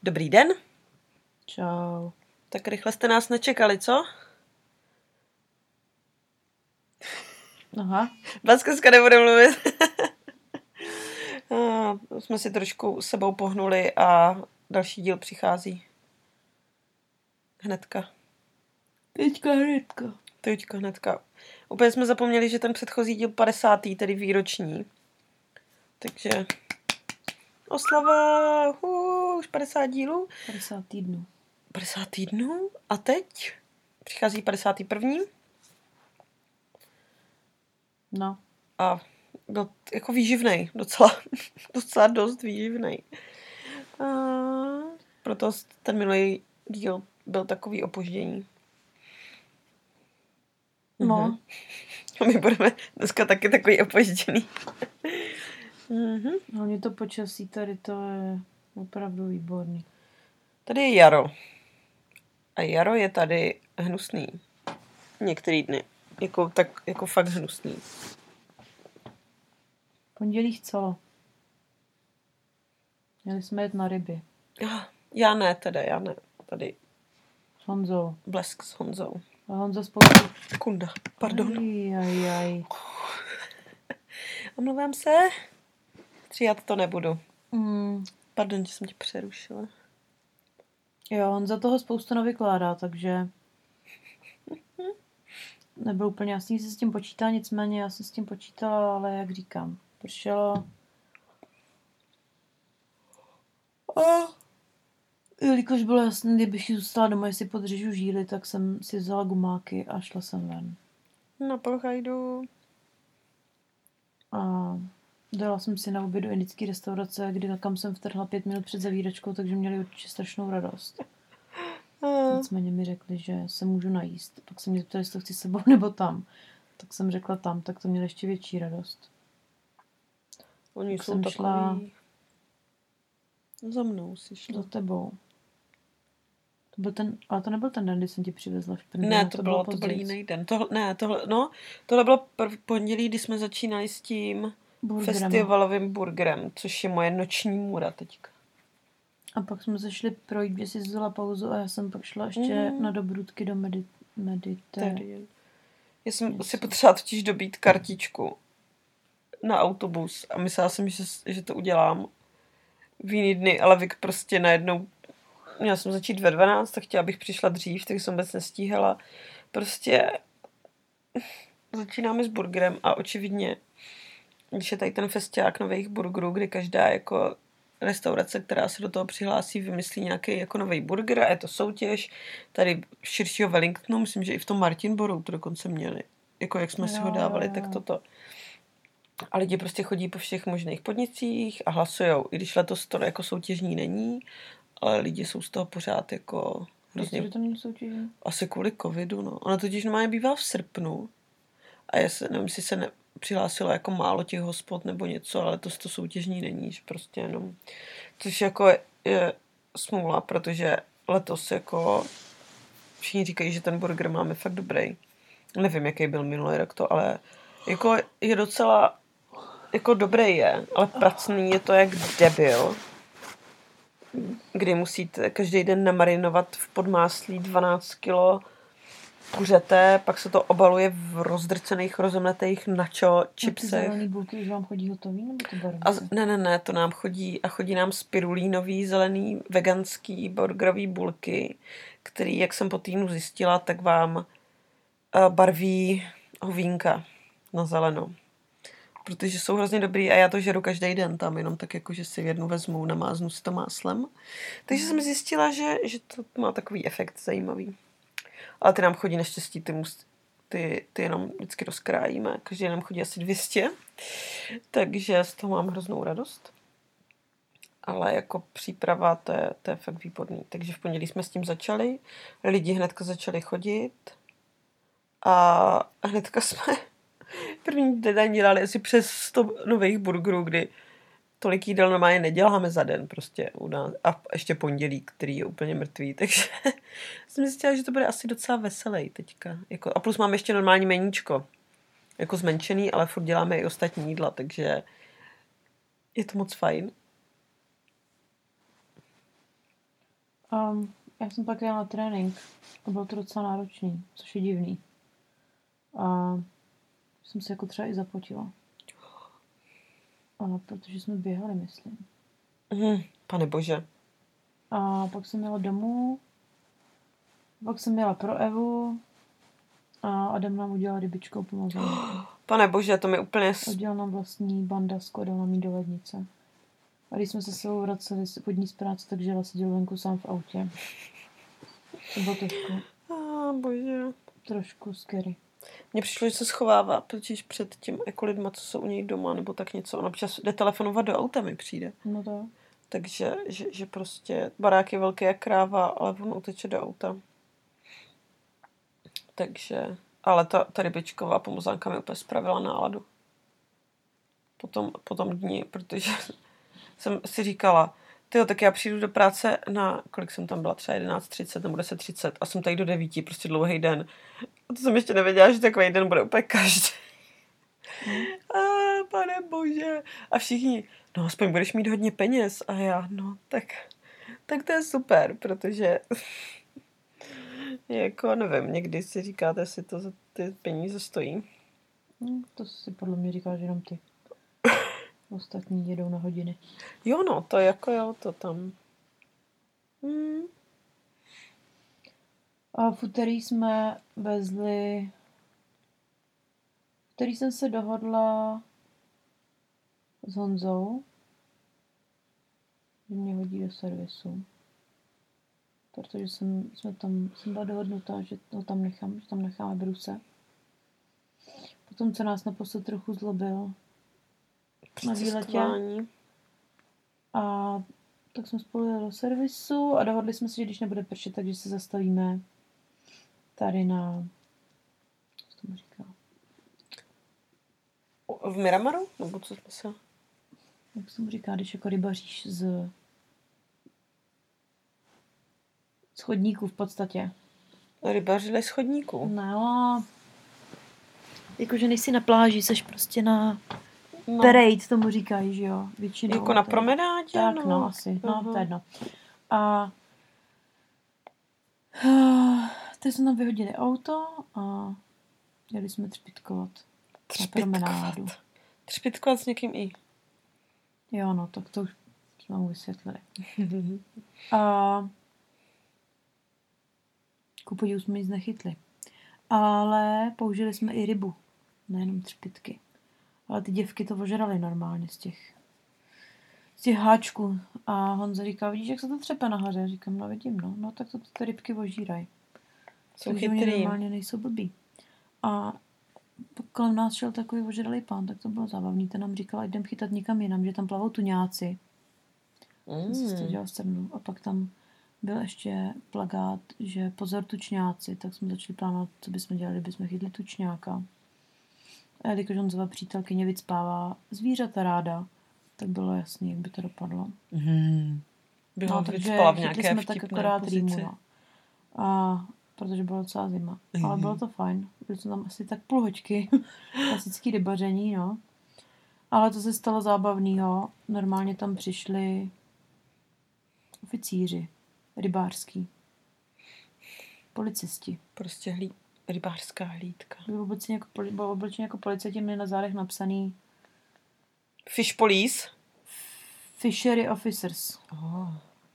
Dobrý den. Čau. Tak rychle jste nás nečekali, co? Aha. Dneska nebude mluvit. Jsme si trošku sebou pohnuli a další díl přichází. Hnedka. Teďka hnedka. Úplně jsme zapomněli, že ten předchozí díl 50. tedy výroční. Takže oslava, už 50 dílů. 50 týdnů. 50 týdnů a teď přichází 51. No. A byl jako výživnej, docela dost výživnej. A proto ten minulý díl byl takový opoždění. No. A my budeme dneska taky takový opožděný. Hlavně to počasí tady, to je opravdu výborný. Tady je jaro. A jaro je tady hnusný. Některý dny. Jako fakt hnusný. Pondělí chcelo. Měli jsme jet na ryby. Já ne. Tady S Honzou. blesk s Honzou. A Honza spolu. Kunda, pardon. Aj. Omlouvám se. Stříhat to nebudu. Pardon, že jsem tě přerušila. Jo, Honza toho spoustu nevykládá, takže nebyl úplně jasný, že se s tím počítá, nicméně já jsem s tím počítala, ale jak říkám, pršelo. Jelikož bylo jasné, kdybych zůstala doma, jestli podřežu žíly, tak jsem si vzala gumáky a šla jsem ven. Na Polchajdu. A dala jsem si na oběd do indické restaurace, kam jsem vtrhla 5 minut před zavíračkou, takže měli určitě strašnou radost. Nicméně mi řekli, že se můžu najíst. Pak se mě zeptali, jestli to chci s sebou nebo tam. Tak jsem řekla tam, tak to měli ještě větší radost. Oni tak jsou jsem takový... šla za mnou si šla. za tebou. Ale to nebyl ten den, kdy jsem ti přivezla špindlu. Ne, to byl jiný den. Tohle bylo pondělí, kdy jsme začínali s tím festivalovým burgerem, což je moje noční můra teďka. A pak jsme se šli projít, že jsi vzala pauzu a já jsem pak šla ještě na Dobrůdky do Mediterranean. Já jsem si potřebovala totiž dobít kartičku na autobus a myslela jsem, že to udělám v jiný dny, ale Vik prostě najednou měla jsem začít ve 12, tak chtěla, abych přišla dřív, tak jsem vůbec nestíhala. Prostě začínáme s burgerem a očividně, když je tady ten festiák nových burgerů, kdy každá jako restaurace, která se do toho přihlásí, vymyslí nějaký jako nový burger a je to soutěž. Tady širšího Wellingtonu, myslím, že i v tom Martinboru to dokonce měli. Jako jak jsme si ho dávali, tak toto. A lidi prostě chodí po všech možných podnicích a hlasujou. I když letos to jako soutěžní není, ale lidi jsou z toho pořád jako hrozně... Protože to není soutěžní? Asi kvůli covidu, no. Ona totiž normálně bývá v srpnu a já se, nevím, jestli se přihlásilo jako málo těch hospod nebo něco, ale letos to soutěžní není, že prostě jenom. Což jako je smůla, protože letos jako všichni říkají, že ten burger máme fakt dobrý. Nevím, jaký byl minulý rok to, ale jako je docela jako dobrý je, ale pracný je to jak debil, kdy musíte každý den namarinovat v podmáslí 12 kilo kuřete, pak se to obaluje v rozdrcených, rozemletých nacho chipsech. A ty zelený bulky už vám chodí hotový, nebo to barvice? Ne, to nám chodí a chodí nám spirulínový, zelený, veganský burgerový bulky, který, jak jsem po týdnu zjistila, tak vám barví hovínka na zeleno. Protože jsou hrozně dobrý a já to žeru každý den tam, jenom tak jako, že si jednu vezmu, namáznu si to máslem. Takže jsem zjistila, že to má takový efekt zajímavý. Ale ty nám chodí naštěstí, ty jenom vždycky rozkrájíme. Každý nám chodí asi 200. Takže z toho mám hroznou radost. Ale jako příprava, to je fakt výborný. Takže v pondělí jsme s tím začali. Lidi hnedka začali chodit. A hnedka jsme první den dělali asi přes 100 nových burgerů, kdy tolik jídel normálně neděláme za den prostě u nás. A ještě pondělí, který je úplně mrtvý, takže jsem zjistila, že to bude asi docela veselý teďka. Jako, a plus máme ještě normální meníčko. Jako zmenšený, ale furt děláme i ostatní jídla, takže je to moc fajn. Já jsem pak jela na trénink a bylo to docela náročný, což je divný. A jsem se jako třeba i zapotila. Protože jsme běhali, myslím. Pane bože. A pak jsem jela domů, pak jsem jela pro Evu a Adam nám udělal rybičkou pomazánku. Pane bože, to mi úplně... Udělal nám vlastní bandasku a dal nám jí do lednice. A když jsme se sebou vraceli od ní z práce, takže jela seděl venku sám v autě. To bylo bože. Trošku scary. Mně přišlo, že se schovává, protože před tím jako lidma, co jsou u něj doma, nebo tak něco. Ona občas jde telefonovat do auta, mi přijde. No to. Takže že prostě barák je velký jak kráva, ale on uteče do auta. Takže, ale ta rybičková pomazánka mi úplně spravila náladu. Po tom dni, protože jsem si říkala, tyjo, tak já přijdu do práce na, kolik jsem tam byla, třeba 11:30 nebo 10:30 a jsem tady do 9, prostě dlouhý den. A to jsem ještě nevěděla, že takový den bude úplně každý. Pane bože. A všichni, no aspoň budeš mít hodně peněz. A já, no tak to je super, protože jako nevím, někdy si říkáte, jestli to za ty peníze stojí. To si podle mě říkáš jenom ty. Ostatní jedou na hodiny. Jo, no, to jako jo, to tam. A v úterý jsme vezli... V úterý jsem se dohodla s Honzou, že mě hodí do servisu. Protože jsem byla dohodnutá, že ho tam nechám, že tam necháme bruse. Potom, co nás naposled trochu zlobil na výletě. A tak jsme spolu jeli do servisu a dohodli jsme se, že když nebude pršet, takže se zastavíme tady na... Co tomu říká? V Miramaru? Nebo co jsme se... Jak se mu říká, když jako rybaříš z chodníků v podstatě. Rybařili z chodníků? No, jakože nejsi na pláži, seš prostě na parade, tomu říkají, že jo, většinou. Jako na promenádě? Tak, no asi, no, to je jedno. A teď jsme tam vyhodili auto a jeli jsme třpitkovat na promenádu. Třpitkovat s někým i? Jo, no, tak to už jsme mu vysvětlili. A ku podivu jsme nic nechytli. Ale použili jsme i rybu, nejenom třpitky. Ale ty děvky to ožraly normálně z těch háčků. A Honza říká, vidíš, jak se to třepe nahoře? Říkám, no vidím, no. No tak to ty rybky ožírají. Jsou chytrý. Normálně nejsou blbý. A kolem nás šel takový ožralý pán, tak to bylo zábavný. Ten nám říkal, ať jdem chytat někam jinam, že tam plavou tuňáci. Jsem si to dělal strnu. A pak tam byl ještě plakát, že pozor tučňáci, tak jsme začali plánovat, co bychom dělali, kdybychom chytli tučňáka. A jelikož Honzova přítelkyně vycpává zvířata ráda, tak bylo jasný, jak by to dopadlo. Bylo takže v nějaké chytli jsme tak akorát pozici. rýmu. A protože bylo docela zima. Ale bylo to fajn. Byly to tam asi tak půl hoďky. Klasický rybaření, no. Ale to se stalo zábavného. Normálně tam přišli oficíři. Rybářský. Policisti. Prostě rybářská hlídka. Byl oblečen jako policajti, měli na zádech napsaný Fish Police? Fishery Officers. Oh.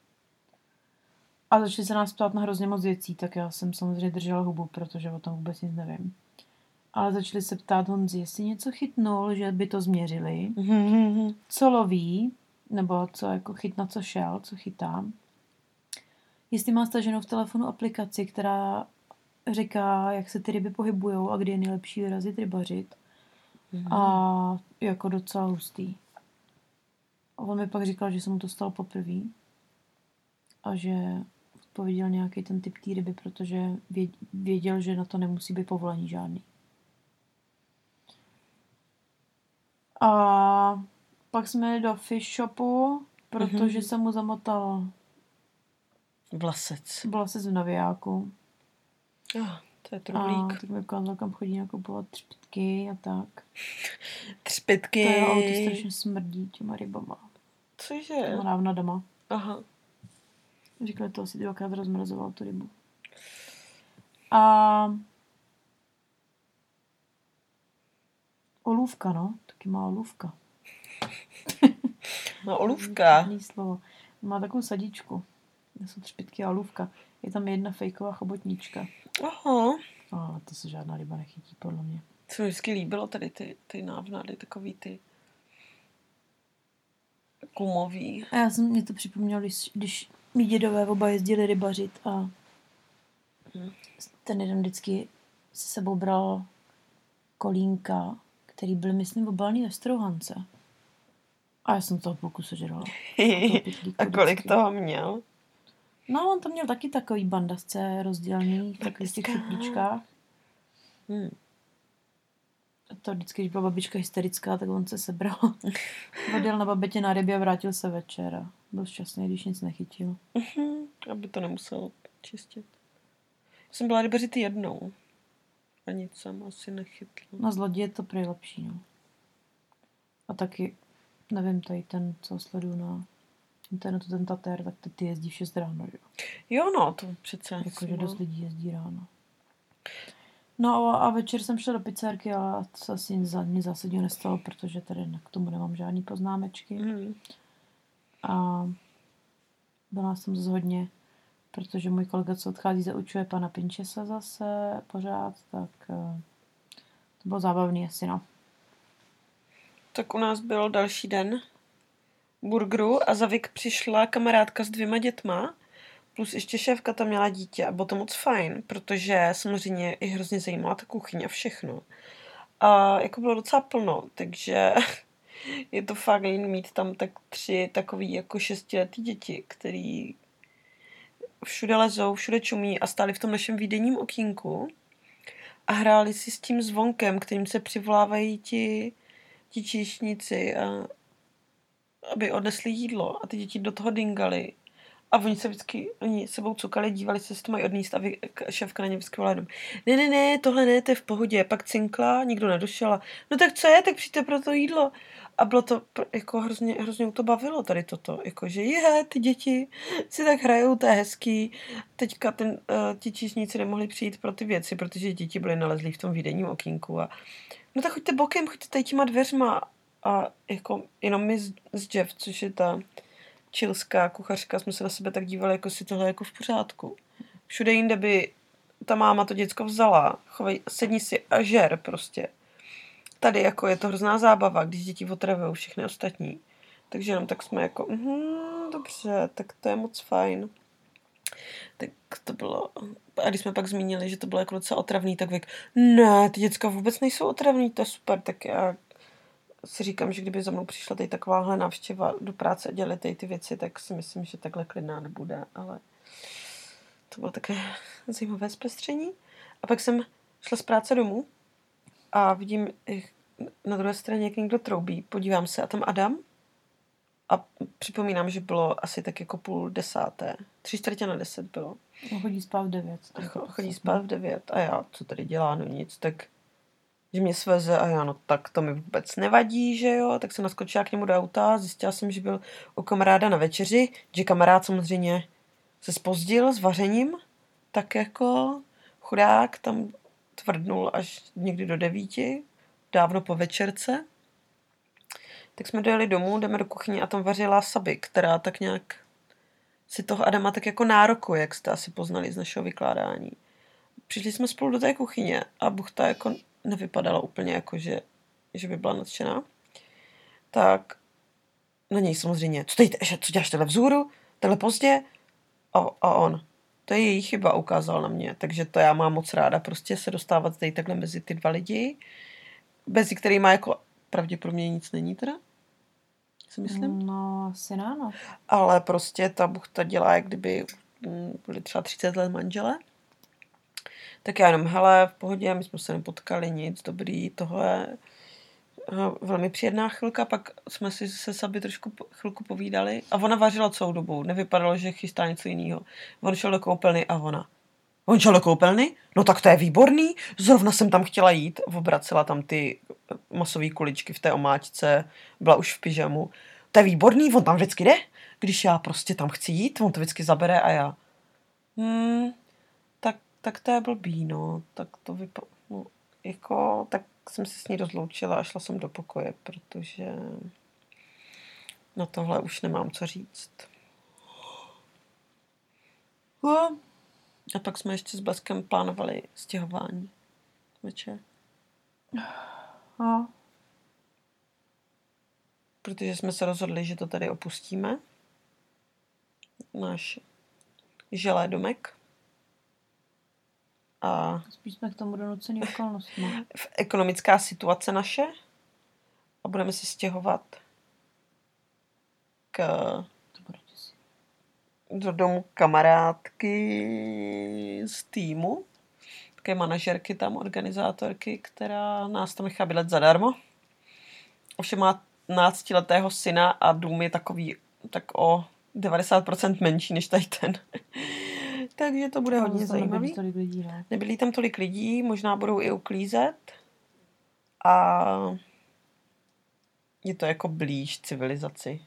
A začali se nás ptát na hrozně moc věcí, tak já jsem samozřejmě držela hubu, protože o tom vůbec nic nevím. Ale začali se ptát Honzi, jestli něco chytnul, že by to změřili. Co loví, nebo co jako na co šel, co chytá. Jestli má staženou v telefonu aplikaci, která říká, jak se ty ryby pohybujou a kdy je nejlepší vyrazit rybařit. A jako docela hustý. A on mi pak říkal, že se mu to stalo poprvé. A že odpověděl nějaký ten typ té ryby, protože věděl, že na to nemusí být povolení žádný. A pak jsme jeli do fish shopu, protože jsem mu zamotal vlasec v navijáku. To je truhlík. A tak mi ukázal, kam chodí nakupovat třpitky a tak. Třpitky. To jeho auto strašně smrdí těma rybama. Cože? To má dávno doma. Aha. Říkali, to asi dvakrát rozmrazoval tu rybu. A olůvka, no. Taky má olůvka. No, olůvka. Slovo. Má takovou sadičku. To jsou třpytky a olůvka. Je tam jedna fejková chobotnička. Aha. Ale to se žádná ryba nechytí, podle mě. Co mi vždycky líbilo tady ty návnady, takový ty kumový. A mě to připomnělo, když mý dědové oba jezdili rybařit a ten jeden vždycky se sebou bral kolínka, který byl, myslím, obalný ve strouhance. A já jsem toho půlku sežrala. A kolik toho měl? No, on to měl taky takový bandasce rozdělený v takových těch šuplíčkách. To vždycky, když byla babička hysterická, tak on se sebral. Vodil na babetě na rybě a vrátil se večer a byl šťastný, když nic nechytil. Aby to nemusel čistit. Já jsem byla rybařit jednou. A nic jsem asi nechytla. Na zlodě je to prý lepší, no. A taky, nevím, tady ten, co sleduju na internetu, ten Tatér, tak ty jezdí v 6 ráno, jo? Jo, no, to přece. Jakože dost lidí jezdí ráno. No a večer jsem šla do pizzerky, ale to se asi nic zásadního nestalo, protože tady k tomu nemám žádný poznámečky. A byla jsem zase hodně, protože můj kolega, co odchází, zaučuje pana Pinchesa zase pořád, tak to bylo zábavný asi, no. Tak u nás byl další den burgeru a za Vik přišla kamarádka s 2 dětma, plus ještě šéfka tam měla dítě a bylo to moc fajn, protože samozřejmě i hrozně zajímala ta kuchyně a všechno. A jako bylo docela plno, takže je to fakt mít tam tak 3 takový jako 6letý děti, který všude lezou, všude čumí a stáli v tom našem výdejním okýnku a hráli si s tím zvonkem, kterým se přivolávají ti číšníci, aby odnesli jídlo a ty děti do toho dingali. A oni sebou cukali, dívali se, jestli to mají odníst a šéfka na ně vyskyvala jenom. Ne, tohle ne, to je v pohodě. Pak cinkla, nikdo nedošel. No tak co je, tak přijďte pro to jídlo. A bylo to jako hrozně to bavilo tady toto. Jakože ty děti si tak hrajou, to je hezký. Teďka ti číšníci nemohli přijít pro ty věci, protože děti byly nalezlí v tom výdejním okýnku. No tak choďte bokem, choďte tady těma dveřma. A jako jenom my z Jeff, což je ta čilská kuchařka, jsme se na sebe tak dívali, jako si tohle jako v pořádku. Všude jinde by ta máma to děcko vzala, sedni si a žer prostě. Tady jako je to hrozná zábava, když děti otravujou všechny ostatní. Takže jenom tak jsme jako, dobře, tak to je moc fajn. Tak to bylo, a když jsme pak zmínili, že to bylo jako docela otravný, tak Vik, ne, ty děcka vůbec nejsou otravný, to je super, tak já si říkám, že kdyby za mnou přišla tady takováhle návštěva do práce a dělali tady ty věci, tak si myslím, že takhle klidná nebude, ale to bylo také zajímavé zpestření. A pak jsem šla z práce domů a vidím na druhé straně, jak někdo troubí. Podívám se a tam Adam a připomínám, že bylo asi tak jako 9:30. 9:45 bylo. Chodí spát v 9. Chodí spát v 9 a já, co tady dělá, no nic, tak že mě sveze a já, no tak to mi vůbec nevadí, že jo, tak jsem naskočila k němu do auta, zjistila jsem, že byl u kamaráda na večeři, že kamarád samozřejmě se zpozdil s vařením, tak jako chudák tam tvrdnul až někdy do 9, dávno po večerce. Tak jsme dojeli domů, jdeme do kuchyně a tam vařila Sabi, která tak nějak si toho Adama tak jako nárokuje, jak jste asi poznali z našeho vykládání. Přišli jsme spolu do té kuchyně a buchta jako nevypadala úplně jako, že by byla nadšená. Tak na něj samozřejmě, co děláš takhle vzhůru, takhle pozdě? A on, to je její chyba, ukázal na mě. Takže to já mám moc ráda, prostě se dostávat tady takhle mezi ty 2 lidi, mezi kterými jako pravděpodobně nic není teda, si myslím. No, asi ráno. Ale prostě ta buchta dělá, jak kdyby byli třeba 30 let manžele. Tak já jenom, hele, v pohodě, my jsme se nepotkali, nic, dobrý, tohle. Velmi příjemná chvilka, pak jsme si se Sabi trošku chvilku povídali a ona vařila celou dobu, nevypadalo, že chystá něco jiného. On šel do koupelny a ona. On šel do koupelny? No tak to je výborný, zrovna jsem tam chtěla jít, obracela tam ty masové kuličky v té omáčce, byla už v pyžamu. To je výborný, on tam vždycky jde? když já prostě tam chci jít, on to vždycky zabere a já. Tak to je blbý, no. Tak to no, jako, tak jsem se s ní rozloučila a šla jsem do pokoje, protože na tohle už nemám co říct. A pak jsme ještě s Bleskem plánovali stěhování večer. Protože jsme se rozhodli, že to tady opustíme. Náš želé domek. A spíš jsme k tomu donucený okolnostmi. Ekonomická situace naše. A budeme se stěhovat do domu kamarádky z týmu. Také manažerky tam, organizátorky, která nás tam nechá bydlet zadarmo. Ovšem má 12letého syna a dům je takový tak o 90% menší než tady ten. Takže to bude hodně zajímavý. Nebydlí tam tolik lidí, možná budou i uklízet. A je to jako blíž civilizaci.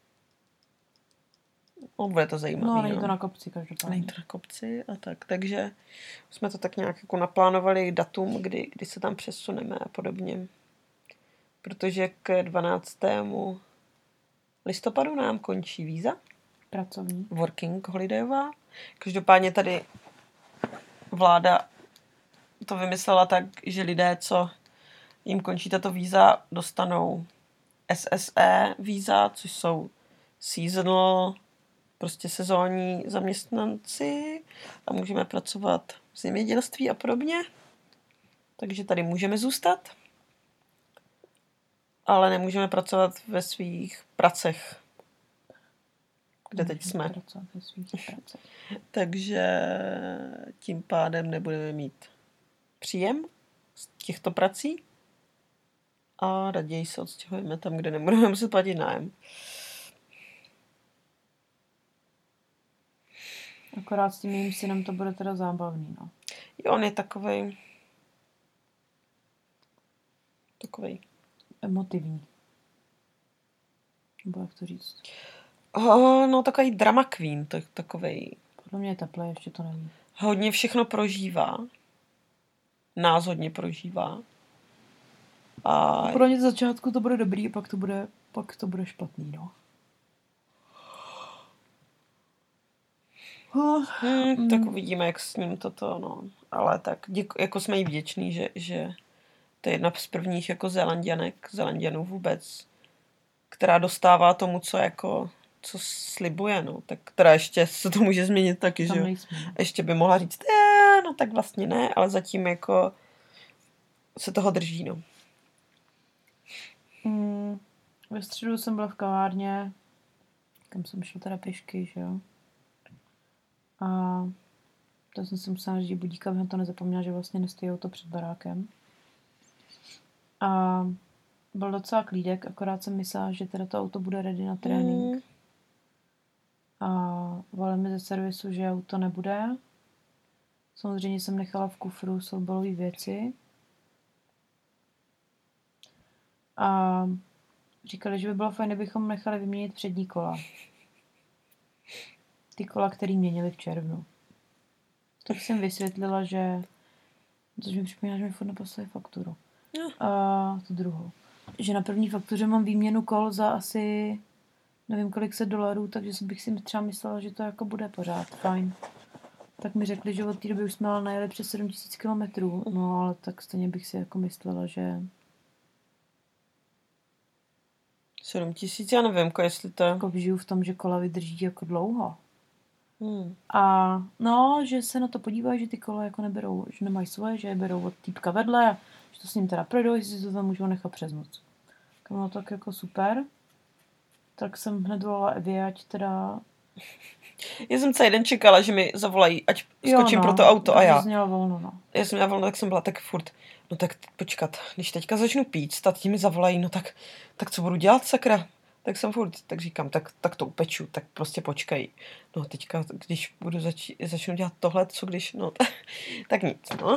No, bude to zajímavé. No, není to na kopci každopádně. Není to na kopci a tak. Takže jsme to tak nějak jako naplánovali datum, kdy se tam přesuneme a podobně. Protože k 12. listopadu nám končí víza. Pracovní. Working holidayová. Každopádně tady vláda to vymyslela tak, že lidé, co jim končí tato víza, dostanou SSE víza, což jsou seasonal, prostě sezónní zaměstnanci a můžeme pracovat v zemědělství a podobně. Takže tady můžeme zůstat, ale nemůžeme pracovat ve svých pracech, kde teď jsme. Takže tím pádem nebudeme mít příjem z těchto prací a raději se odstěhujeme tam, kde nebudeme muset platit nájem. Akorát s tím mým synem to bude teda zábavný, no. Jo, on je takovej emotivní. Nebo jak to říct? No, takový drama queen, takovej. Podle mě je teplé, ještě to nevím. Hodně všechno prožívá. Nás hodně prožívá. A podle mě z začátku to bude dobrý, a pak to bude špatný, no. Tak uvidíme, jak s ním toto, no. Ale tak, jako jsme jí vděční, že to je jedna z prvních jako Zélanďanů vůbec, která dostává tomu, co slibuje, no. Tak teda ještě se to může změnit taky, že jo. Ještě by mohla říct, no tak vlastně ne, ale zatím jako se toho drží, no. Ve středu jsem byla v kavárně, kam jsem šla teda pěšky, že jo. A to jsem si musela říct budíka, abych to nezapomněla, že vlastně nestojí auto před barákem. A byl docela klídek, akorát jsem myslela, že teda to auto bude ready na trénink. A volali mi ze servisu, že auto nebude. Samozřejmě jsem nechala v kufru soulbalové věci. A říkali, že by bylo fajn, kdybychom nechali vyměnit přední kola. Ty kola, který měnili v červnu. Tak jsem vysvětlila, že... Což mi připomíná, že mi furt neposlali fakturu. A tu druhou. Že na první faktuře mám výměnu kol za asi nevím kolik $100, takže bych si třeba myslela, že to jako bude pořád fajn. Tak mi řekli, že od té doby už jsme ale najeli přes 7000 kilometrů. No ale tak stejně bych si jako myslela, že... 7000, já nevím, jestli to... Jako žiju v tom, že kola vydrží jako dlouho. A no, že se na to podívají, že ty kola jako neberou, že nemají svoje, že je berou od týpka vedle, že to s ním teda projdou, jestli si to tam můžou nechat přes noc. No tak jako super. Tak jsem hned volala Evě, ať teda... Já jsem celý den čekala, že mi zavolají, ať skočím pro to auto a já. Měla volno, no. Já jsem měla volno, tak jsem byla tak furt. No tak počkat, když teďka začnu pít, tak ti mi zavolají, no tak co budu dělat, sakra? Tak jsem furt, tak říkám, tak to upeču, tak prostě počkej. No teďka, když začnu dělat tohle, co když, no tak nic, no.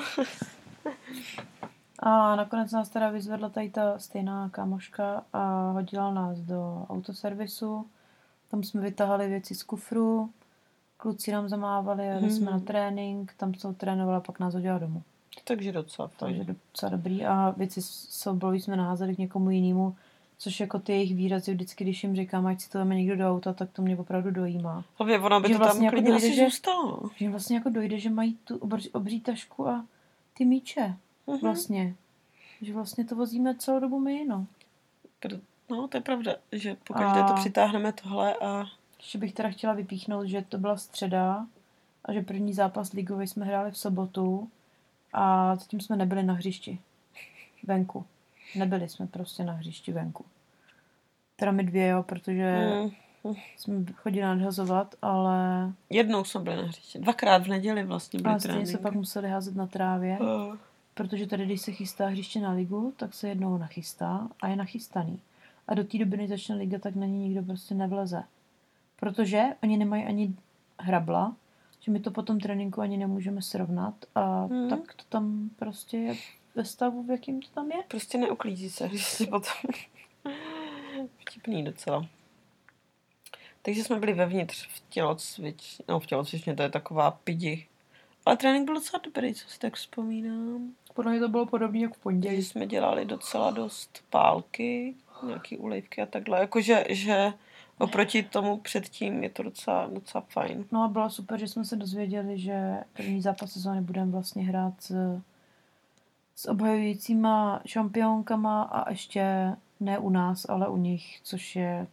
A nakonec nás teda vyzvedla tady ta stejná kámoška a hodila nás do autoservisu. Tam jsme vytahali věci z kufru, kluci nám zamávali, jeli jsme na trénink, tam se trénovala, pak nás hodila domů. Takže docela fajn. Takže docela dobrý a věci soubolí jsme naházeli k někomu jinému, což jako ty jejich výrazy vždycky, když jim říkám, ať si to veme někdo do auta, tak to mě opravdu dojímá. Hlavně ono by to vlastně tam klidně asi zůstalo. Že jim vlastně jako dojde, že mají tu obří tašku a ty míče vlastně. Že vlastně to vozíme celou dobu my, no. No, to je pravda, že pokaždé to přitáhneme tohle a... Ještě bych teda chtěla vypíchnout, že to byla středa a že první zápas ligový jsme hráli v sobotu a zatím jsme nebyli na hřišti. Venku. Nebyli jsme prostě na hřišti venku. Teda my dvě, jo, protože jsme chodili nadhazovat, ale... Jednou jsme byli na hřišti. 2krát v neděli vlastně byli tréninky. A stejně se pak museli házet na trávě, protože tady, když se chystá hřiště na ligu, tak se jednou nachystá a je nachystaný. A do té doby, než začne liga, tak na ní nikdo prostě nevleze. Protože oni nemají ani hrabla, že my to po tom tréninku ani nemůžeme srovnat a tak to tam prostě je ve stavu, v jakým to tam je. Prostě neuklízí se, když si potom... Vtipný docela. Takže jsme byli vevnitř v tělocvičně. No, v tělocvičně to je taková pidi. Ale trénink byl docela dobrý, co si tak vzpomínám. Podle mě to bylo podobné jako v pondělí. Takže jsme dělali docela dost pálky, nějaký ulejvky a takhle. Jakože že oproti tomu předtím je to docela fajn. No a bylo super, že jsme se dozvěděli, že první zápas sezóny budeme vlastně hrát s obhajujícíma šampionkama a ještě ne u nás, ale u nich, což je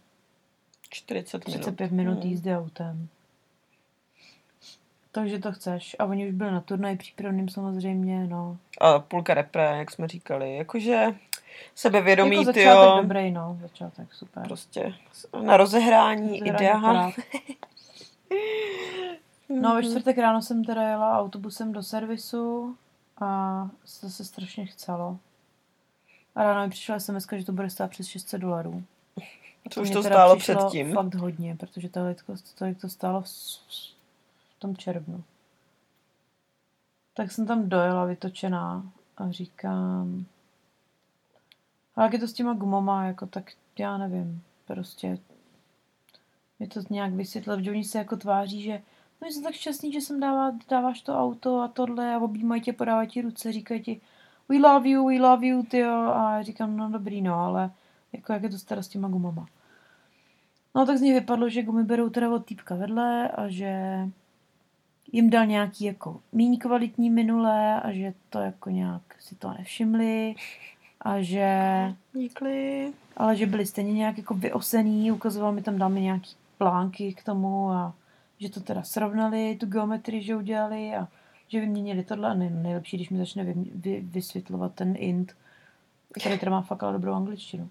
35 minut jízdy autem. Takže to chceš. A oni už byli na turnaji přípravným samozřejmě, no. A půlka repre, jak jsme říkali. Jakože sebevědomí, jako začátek dobrý, no. Začátek, super. Prostě na rozehrání ideál. No, ve čtvrtek ráno jsem teda jela autobusem do servisu a to se strašně chcelo. A ráno mi přišla SMS, že to bude stát přes $600. Co už to stálo předtím? Fakt hodně, protože to stálo v tom červnu. Tak jsem tam dojela vytočená a říkám, ale jak je to s těma gumama, jako tak já nevím, prostě mě to nějak vysvětlil, že oni se jako tváří, že no jsem tak šťastný, že sem dáváš to auto a tohle a objímají tě, podávají ti ruce, říkají ti we love you, tyjo, a já říkám, no dobrý, no, ale jako jak je to stará s těma gumama. No tak z něj vypadlo, že gumy berou teda od týpka vedle a že jim dal nějaký jako míň kvalitní minulé a že to jako nějak si to nevšimli a že... Díkli. Ale že byli stejně nějak jako vyosený, ukazoval mi tam, dal mi nějaký plánky k tomu a že to teda srovnali, tu geometrii, že udělali a že vyměnili tohle a nejlepší, když mi začne vysvětlovat ten int, který teda má fakt ale dobrou angličtinu.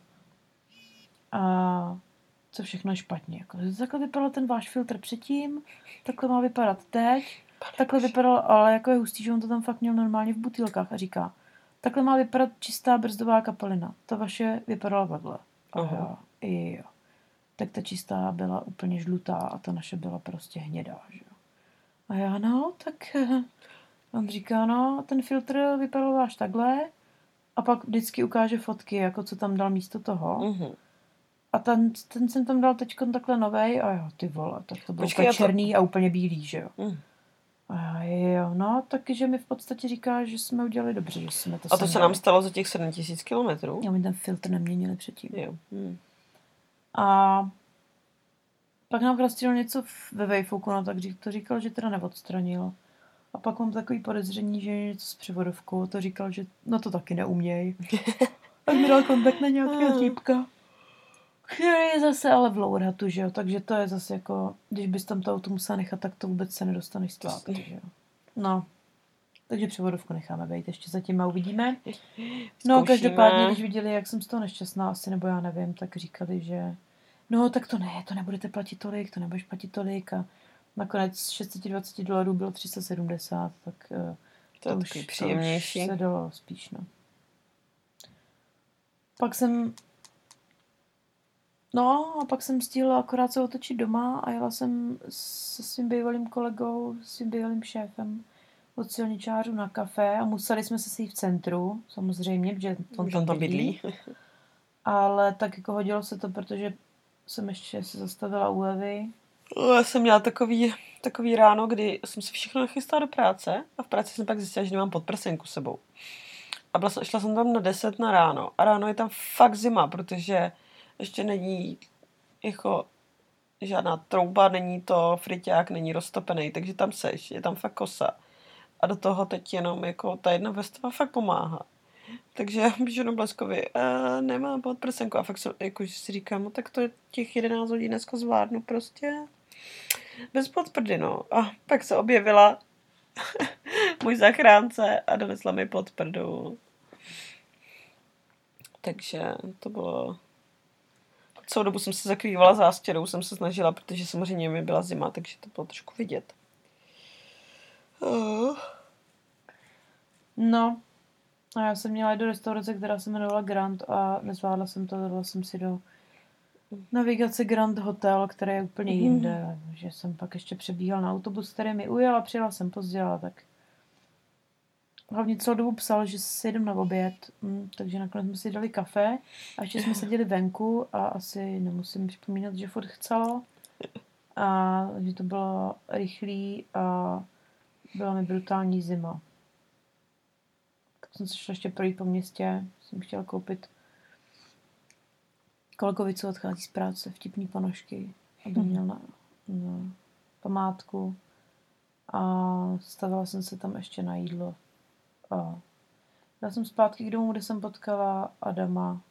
A co všechno je špatně. Jako, takhle vypadal ten váš filtr předtím, takhle má vypadat teď, takhle vypadal, ale jako je hustý, že on to tam fakt měl normálně v butýlkách a říká, takhle má vypadat čistá brzdová kapalina. Ta vaše vypadala vedle. Jo. Tak ta čistá byla úplně žlutá a ta naše byla prostě hnědá. Že? A já, no, tak on říká, no, ten filtr vypadal váš takhle a pak vždycky ukáže fotky, jako co tam dal místo toho. A ten jsem tam dal teďkon takhle novej a jo, ty vole, tak to bylo úplně černý a úplně bílý, že jo. A jo, no, takže mi v podstatě říká, že jsme udělali dobře, že jsme to. A to se nám stalo za těch 7000 kilometrů? Jo, my ten filtr neměnili předtím. Jo. A pak nám krastilo něco ve Wayfooku, no tak to říkal, že teda neodstranil. A pak mám takový podezření, že je něco s převodovkou, to říkal, že no to taky neuměj. A mi dal kontakt na nějakého týpka, který je zase ale v Lourhatu, že jo, takže to je zase jako, když bys tam to auto musela nechat, tak to vůbec se nedostaneš zpátky, že jo. No, takže převodovku necháme být, ještě zatím a uvidíme. No, každopádně, když viděli, jak jsem z toho nešťastná asi, nebo já nevím, tak říkali, že no, tak to nebudete platit tolik, to nebudeš platit tolik a nakonec $620 bylo 370, tak to už příjemnější. Se dalo spíš, no. Pak jsem stihla akorát se otočit doma a jela jsem se svým bývalým kolegou, svým bývalým šéfem od silničářů na kafe a museli jsme se sejít v centru, samozřejmě, protože on tam bydlí. Ale tak jako hodilo se to, protože jsem ještě se zastavila u Evy. Já jsem měla takový ráno, kdy jsem si všechno nachystala do práce a v práci jsem pak zjistila, že nemám podprsenku s sebou. A šla jsem tam na 10 na ráno. A ráno je tam fakt zima, protože ještě není jako žádná trouba, není to friťák, není roztopený, takže tam seš, je tam fakt kosa. A do toho teď jenom jako ta jedna vrstva fakt pomáhá. Takže já píšu na Bleskovi, nemám podprsenku. A fakt jako, si říkám, no tak to je těch 11 hodin dneska zvládnu prostě bez podprdy, no. A pak se objevila můj zachránce a donesla mi podprdu. Takže to bylo... Celou dobu jsem se zakrývala zástěrou, jsem se snažila, protože samozřejmě mi byla zima, takže to bylo trošku vidět. No, a já jsem měla jít do restaurace, která se jmenovala Grand a nezvládla jsem to, dala jsem si do navigace Grand Hotel, který je úplně jinde, že jsem pak ještě přebíhal na autobus, který mi ujel a přijela jsem pozdě, tak hlavně celou dobu psal, že si jdem na oběd, takže nakonec jsme si dali kafe a ještě jsme seděli venku a asi nemusím připomínat, že furt chcelo a že to bylo rychlý a byla mi brutální zima. Tak jsem se šla ještě projít po městě, jsem chtěla koupit kolegovi, co odchází z práce, vtipný ponožky, aby měl na památku a stavila jsem se tam ještě na jídlo. A já jsem zpátky k domu, kde jsem potkala Adama.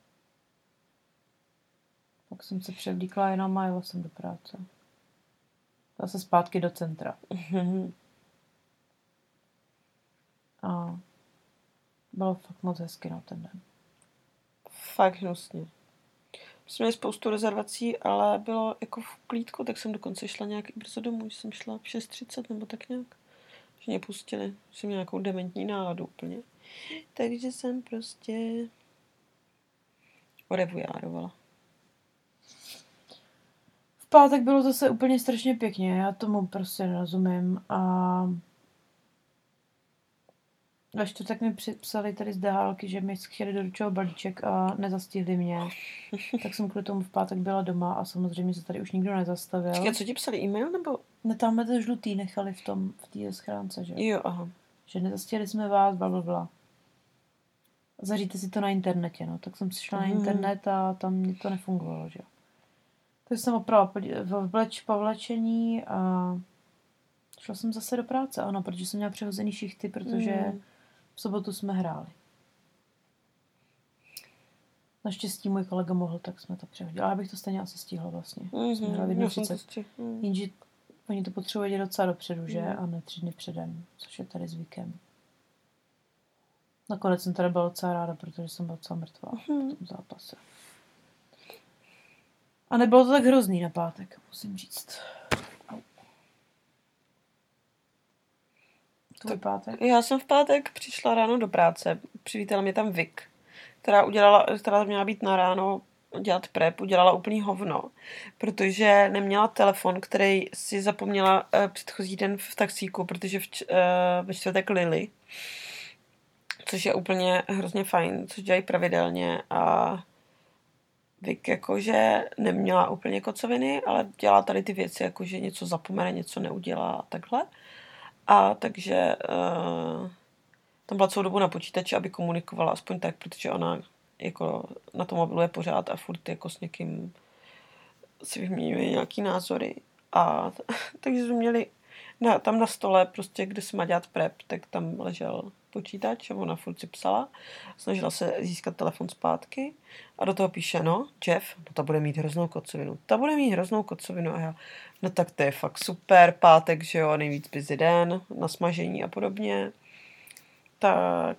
Pak jsem se převlíkla jenom a jela jsem do práce. Zase zpátky do centra. A bylo fakt moc hezky na ten den. Fakt hnusně. Jsme měli spoustu rezervací, ale bylo jako v klídku, tak jsem dokonce šla nějak i brzo domů, že jsem šla v 6:30 nebo tak nějak. Že mě pustili, že jsem měla nějakou dementní náladu úplně. Takže jsem prostě orevujárovala. V pátek bylo zase úplně strašně pěkně, já tomu prostě nerozumím a ve čtvrtek mi psali tady z dálky, že mi chtěli doručovat balíček a nezastihli mě. Tak jsem kvůli tomu v pátek byla doma a samozřejmě se tady už nikdo nezastavil. Počkej, co ti psali, e-mail nebo? Ne, tamhle to žlutý nechali v té schránce, že? Jo, aha. Že nezastihli jsme vás, blablabla. Zaříte si to na internetě, no. Tak jsem si šla na internet a tam mě to nefungovalo, že? Takže jsem opravdu po vlečení a šla jsem zase do práce, ano, protože jsem měla přehozený šichty, protože v sobotu jsme hráli. Naštěstí můj kolega mohl, tak jsme to přehodili. Ale já bych to stejně asi stihla vlastně. Jsme hráli v 1:30. Jenže oni to potřebují dělat docela dopředu, že? A ne 3 dny předem, což je tady zvykem. Nakonec jsem tady byla docela ráda, protože jsem byla docela mrtvá v tom zápase. A nebylo to tak hrozný na pátek, musím říct. Tvůj pátek? Já jsem v pátek přišla ráno do práce. Přivítala mě tam Vik, která měla být na ráno dělat prep, udělala úplný hovno, protože neměla telefon, který si zapomněla předchozí den v taxíku, protože ve čtvrtek Lily, což je úplně hrozně fajn, což dělají pravidelně a Vik jakože neměla úplně kocoviny, ale dělá tady ty věci, jakože něco zapomene, něco neudělá a takhle. A takže tam byla celou dobu na počítači, aby komunikovala aspoň tak, protože ona jako na tom mobilu je pořád a furt jako s někým si vyměňuje nějaký názory. A takže jsme měli tam na stole, prostě, kde se má dělat prep, tak tam ležel počítač a ona furt si psala. Snažila se získat telefon zpátky a do toho píše, Jeff, ta bude mít hroznou kocovinu. A já, no tak to je fakt super, pátek, že jo, nejvíc busy den, na smažení a podobně. Tak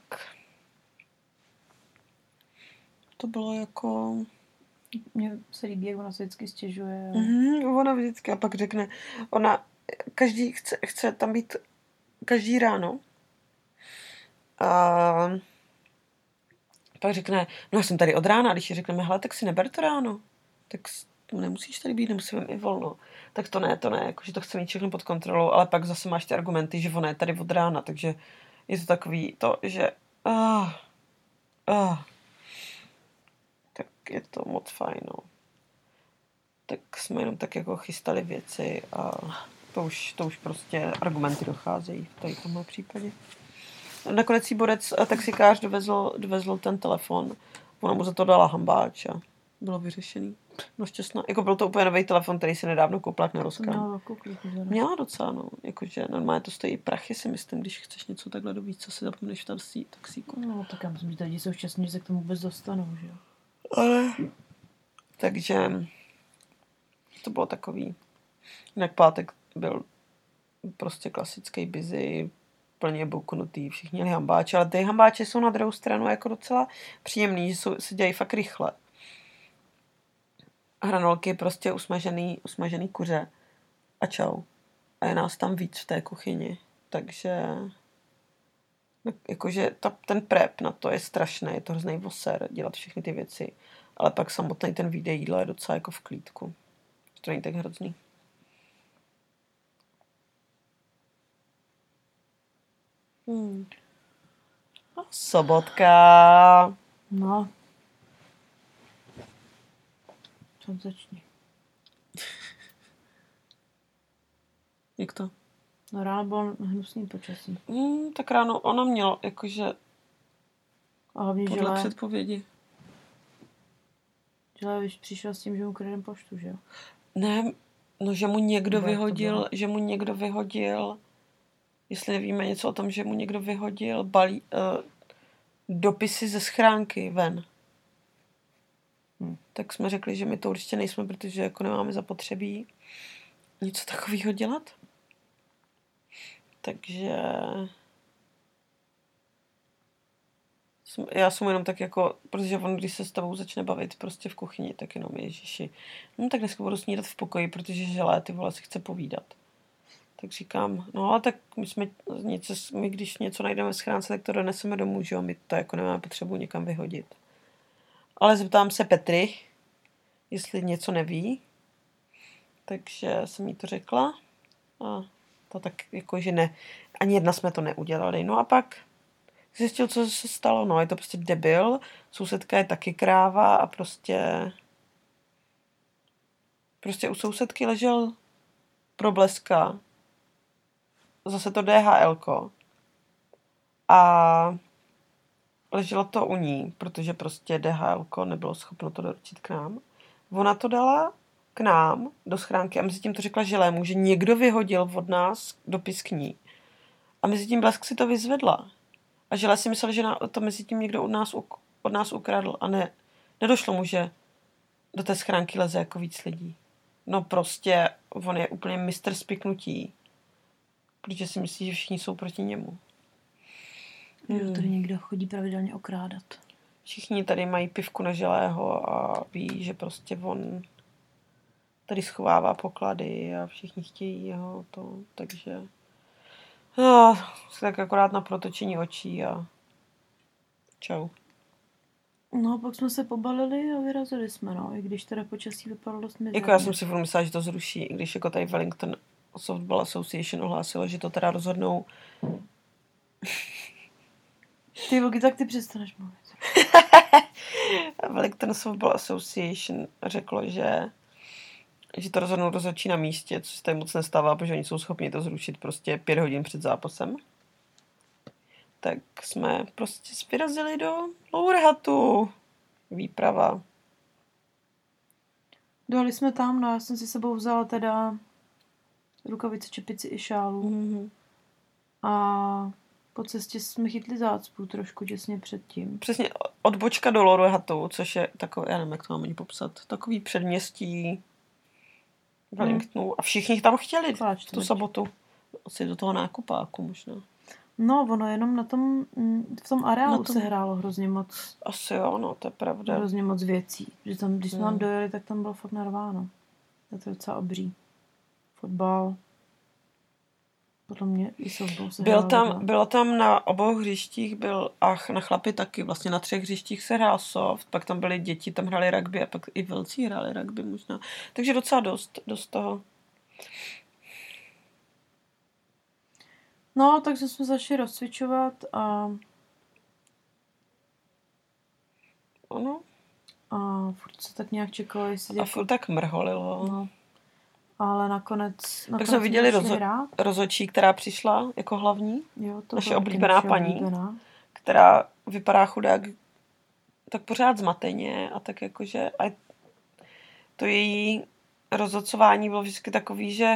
to bylo jako... Mně se líbí, jak ona se vždycky stěžuje. Ona vždycky a pak řekne, ona každý chce tam být každý ráno a pak řekne, já jsem tady od rána, když ji řekneme, hele, tak si neber to ráno, tak nemusíš tady být, nemusím i volno. Tak to ne, jakože to chce mít všechno pod kontrolou, ale pak zase máš ty argumenty, že ona je tady od rána, takže je to takový to, že tak je to moc fajn, tak jsme jenom tak jako chystali věci a to už prostě argumenty docházejí v tady tomhle případě. Nakonec si borec taxikář dovezl ten telefon. Ona mu za to dala hambáč a bylo vyřešený. No šťastná. Jako byl to úplně nový telefon, který si nedávno koupila na rozkám. Měla docela, no. Jakože normálně to stojí prachy, si myslím, když chceš něco takhle do víc, co si zapomeneš v taxíku. No, tak já myslím, že lidi jsou šťastní, že se k tomu vůbec dostanou, že jo. Ale... Takže to bylo takový. Jinak pátek byl prostě klasický busy, plně buknutý, všichni měli hambáče, ale ty hambáče jsou na druhou stranu jako docela příjemný, že se dělají fakt rychle. Hranolky prostě usmažený kuře a čau. A je nás tam víc v té kuchyni, takže jakože ten prep na to je strašný, je to hrozný voser dělat všechny ty věci, ale pak samotný ten výdej jídla je docela jako v klídku. To není tak hrozný. Sobotka. No. Co začni. Jak to? No ráno bylo hnusný počasí. Tak ráno ono mělo, jakože a hlavně podle předpovědi. Žele přišel s tím, že mu kradem poštu, že jo? Ne, no že mu někdo vyhodil, jestli nevíme něco o tom, že mu někdo vyhodil dopisy ze schránky ven. Tak jsme řekli, že my to určitě nejsme, protože jako nemáme zapotřebí něco takového dělat. Takže já jsem jenom tak jako, protože on, když se s tebou začne bavit prostě v kuchyni, tak jenom ježiši. No tak dneska budu snídat v pokoji, protože želé, ty vole, si chce povídat. Tak říkám, no a tak my když něco najdeme v schránce, tak to doneseme domů, že jo, my to jako nemáme potřebu někam vyhodit. Ale zeptám se Petry, jestli něco neví, takže jsem jí to řekla a to tak jako, že ne, ani jedna jsme to neudělali. No a pak zjistil, co se stalo, no je to prostě debil, sousedka je taky kráva a prostě u sousedky ležel probleska, zase to DHLko a leželo to u ní, protože prostě DHLko nebylo schopno to doručit k nám. Ona to dala k nám do schránky a mezi tím to řekla Želému, že někdo vyhodil od nás dopis k ní. A mezi tím Blesk si to vyzvedla. A Želé si myslel, že to mezi tím někdo od nás ukradl a nedošlo mu, že do té schránky leze jako víc lidí. No prostě on je úplně mistr spiknutí, protože si myslí, že všichni jsou proti němu. Tady někdo chodí pravidelně okrádat. Všichni tady mají pivku na Želého a ví, že prostě on tady schovává poklady a všichni chtějí jeho to, takže tak akorát na protočení očí a čau. No, pak jsme se pobalili a vyrazili jsme, no, i když teda počasí vypadalo dost mizerně. Jako já jsem si furt myslela, že to zruší, i když jako tady Wellington Softball Association ohlásilo, že to teda rozhodnou. Ty voky, tak ty přestaneš mluvit. Wellington Softball Association řeklo, že to rozhodnou rozhodčí na místě, což se tady moc nestává, protože oni jsou schopni to zrušit prostě 5 hodin před zápasem. Tak jsme prostě vyrazili do Lowerhatu. Výprava. Dojeli jsme tam, no já jsem si sebou vzala teda rukavice, čepici i šálu. Mm-hmm. A po cestě jsme chytli zácpu trošku těsně předtím. Přesně, odbočka do Lowerhatu, což je takové, já nevím, jak to mám ani popsat, takový předměstí Wellingtonu. A všichni tam chtěli tu sobotu. Asi do toho nákupáku možná. No, ono jenom v tom areálu se hrálo hrozně moc. Asi jo, no, to je pravda. Hrozně moc věcí. Že tam, když jsme tam dojeli, tak tam bylo fakt narváno. Je to docela obří. Fotbal. Podle mě i softball se bylo tam na obou hřištích, na chlapi taky, vlastně na 3 hřištích se hrál soft, pak tam byly děti, tam hráli rugby a pak i velcí hráli rugby možná. Takže docela dost toho. No, takže jsme začali rozcvičovat a... Ano. A No, furt se tak nějak čekalo, jestli... A furt tak mrholilo. No. Ale nakonec Tak jsme viděli hrát. rozhodčí, která přišla jako hlavní. Jo, to naše oblíbená paní, oblíbená. která vypadá chudák tak pořád zmateně a tak jakože a to její rozhodcování bylo vždycky takový, že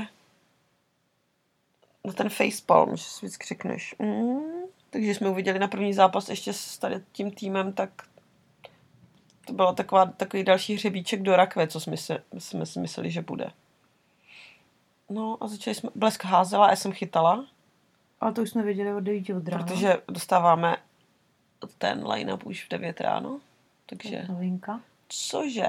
na ten facepalm, že si vždycky řekneš. Takže jsme uviděli na první zápas ještě s tady tím týmem, tak to bylo takový další hřebíček do rakve, co jsme si mysleli, že bude. No a začali jsme, Blesk házela a já jsem chytala. Ale to už jsme viděli od 9 od rána. Protože dostáváme ten line-up už v 9 ráno. Takže... Novinka. Cože?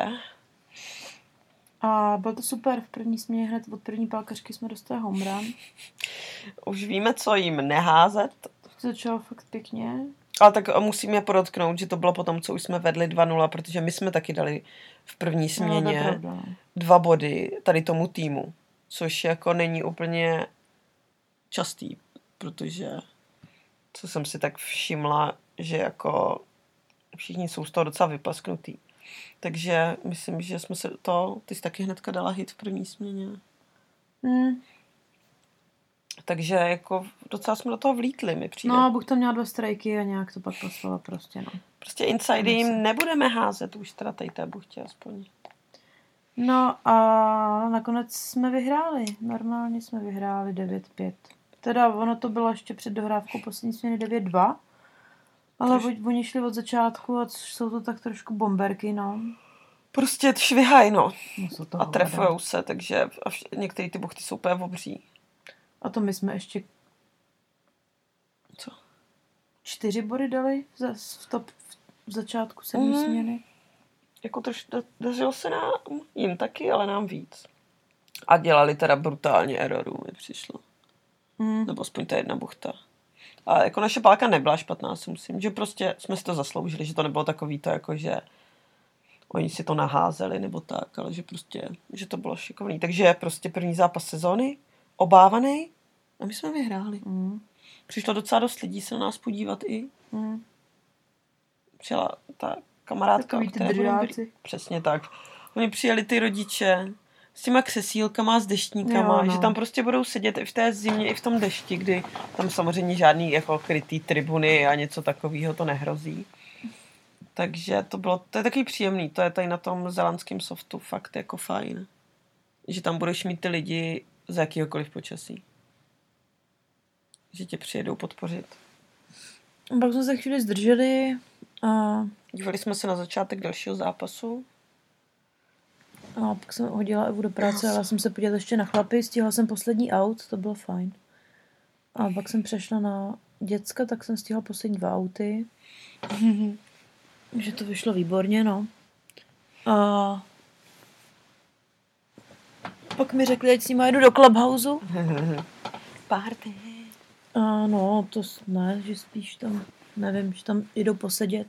A bylo to super. V první směně hned od první pálkařky jsme dostali home run. Už víme, co jim neházet. To začalo fakt pěkně. Ale tak musíme podotknout, že to bylo potom, co už jsme vedli 2-0, protože my jsme taky dali v první směně 2 body tady tomu týmu. Což jako není úplně častý, protože co jsem si tak všimla, že jako všichni jsou z toho docela vyplasknutý. Takže myslím, že jsme se ty jsi taky hnedka dala hit v první směně. Takže jako docela jsme do toho vlítli, mi přijde. No, Bůh tam měla 2 strajky a nějak to pak poslala prostě, no. Prostě inside jim nebudeme házet, už teda tady té buchtě aspoň. No a nakonec jsme vyhráli. Normálně jsme vyhráli 9-5. Teda ono to bylo ještě před dohrávkou poslední směny 9-2. Ale oni šli od začátku a jsou to tak trošku bomberky, no. Prostě švihaj, no. A trefujou se, takže některé ty buchty jsou úplně obří. A to my jsme ještě... Co? 4 body dali v začátku 7 směny. Jako dařilo se nám jim taky, ale nám víc. A dělali teda brutálně errorů, mi přišlo. Nebo aspoň ta jedna buchta. A jako naše pálka nebyla špatná, si myslím, že prostě jsme si to zasloužili, že to nebylo takový to, jako že oni si to naházeli nebo tak, ale že prostě, že to bylo šikovný. Takže prostě první zápas sezóny, obávaný a my jsme vyhráli. Přišlo docela dost lidí se na nás podívat i. Přijela ta kamarádka, přesně tak. Oni přijeli ty rodiče s těma křesílkama, s deštníkama, že tam prostě budou sedět i v té zimě, i v tom dešti, kdy tam samozřejmě žádný jako krytý tribuny a něco takového to nehrozí. Takže to je takový příjemný, to je tady na tom zelandském softu fakt jako fajn. Že tam budeš mít ty lidi z jakýhokoliv počasí. Že tě přijedou podpořit. Pak jsme se chvíli zdrželi a... Dívali jsme se na začátek dalšího zápasu. A pak jsem hodila Evu do práce, ale jsem se podívat ještě na chlapy, stihla jsem poslední aut, to bylo fajn. A pak jsem přešla na děcka, tak jsem stihla poslední 2 auty. Že to vyšlo výborně, no. A pak mi řekli, ať s nima jedu do Clubhouse. Party. A no, to ne, že spíš tam, nevím, že tam jdou posedět.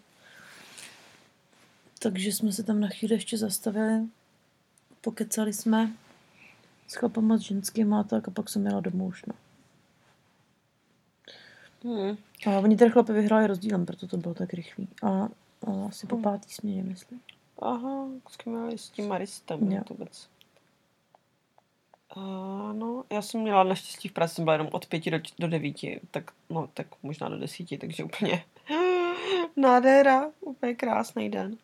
Takže jsme se tam na chvíli ještě zastavili. Pokecali jsme s chlapama, s ženskýma, tak a pak jsem jela domů už, no. A oni tady chlapy vyhráli rozdílem, proto to bylo tak rychlý. A asi po 5. směně, myslím. Aha, s tím Maristem. Jo. To vůbec. No, já jsem měla naštěstí v práci, jsem byla jenom od 5 do 9, tak možná do 10, takže úplně nádhera, úplně krásný den.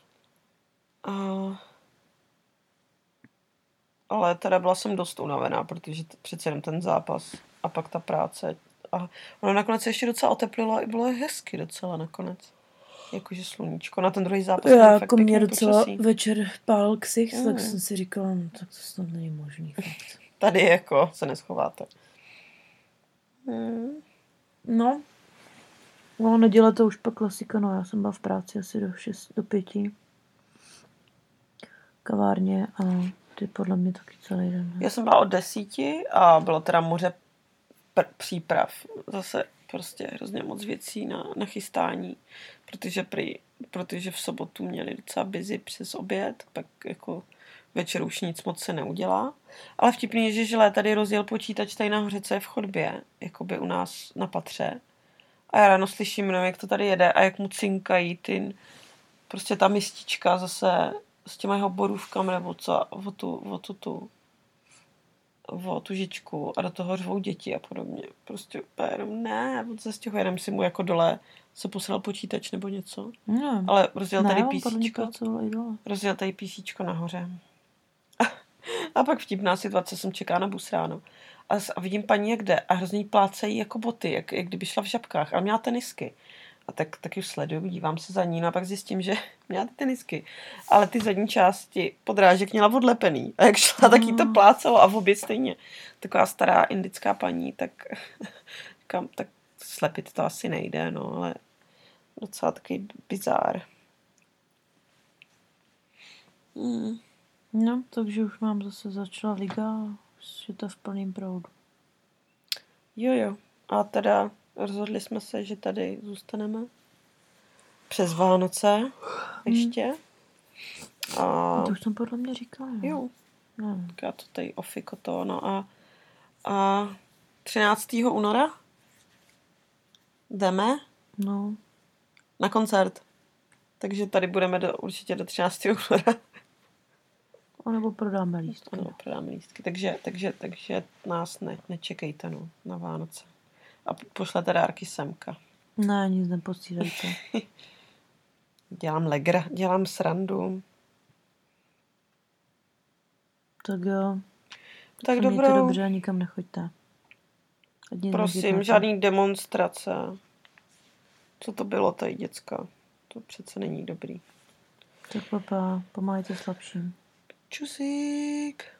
Ale teda byla jsem dost unavená, protože přece jenom ten zápas a pak ta práce. A ono nakonec se ještě docela oteplilo a bylo hezky docela nakonec. Jakože sluníčko. Na ten druhý zápas já jako mě docela večer pálil ksicht, tak jsem si říkala, no, tak to snad není možný. Fakt. Tady jako se neschováte. No, neděle to už pak klasika, no já jsem byla v práci asi do 5. Kavárně a ty podle mě taky celý den. Ne? Já jsem byla od 10 a bylo teda moře příprav. Zase prostě hrozně moc věcí na chystání, protože v sobotu měli docela busy přes oběd, pak jako večer už nic moc se neudělá. Ale vtipný je, že Žilé tady rozjel počítač tady nahoře, co je v chodbě, jakoby u nás na patře. A já ráno slyším, jak to tady jede a jak mu cinkají ty prostě ta mistička zase s těma jeho borůvkami nebo co, o tu žičku a do toho řvou děti a podobně. Prostě úplně jenom ne, on se stěhuje, jenom si mu jako dole se posral počítač nebo něco. No. Ale rozjel Ne, tady on podle mě písíčko. pracoval i dole. Rozjel tady písíčko nahoře. A pak vtipná situace, jsem čeká na bus ráno. A vidím paní, jak jde a hrozně jí plácejí jako boty, jak kdyby šla v žabkách. A měla tenisky. A tak už sleduju, dívám se za ní, no a pak zjistím, že měla ty tenisky. Ale ty zadní části podrážek měla odlepený. A jak šla, tak jí to plácelo a v obě stejně. Taková stará indická paní, tak slepit to asi nejde, no, ale docela takový bizár. No, takže už mám zase začala liga, je to v plným proudu. Jo. A teda rozhodli jsme se, že tady zůstaneme přes Vánoce ještě. A... To už jsem podle mě říkala. Jo. No. Tak já to tady ofiko to, no a 13. února jdeme na koncert. Takže tady budeme určitě do 13. února. A nebo prodáme lístky. Ano, prodáme lístky. Takže nás nečekejte na Vánoce. A pošlete dárky semka. Ne, nic neposílejte. Dělám srandu. Tak jo. Tak mějte dobrou. Dobře, nikam nechoďte. Prosím, žádný demonstrace. Co to bylo tady, děcka? To přece není dobrý. Tak papa, pomáhajte slabším. Čusík.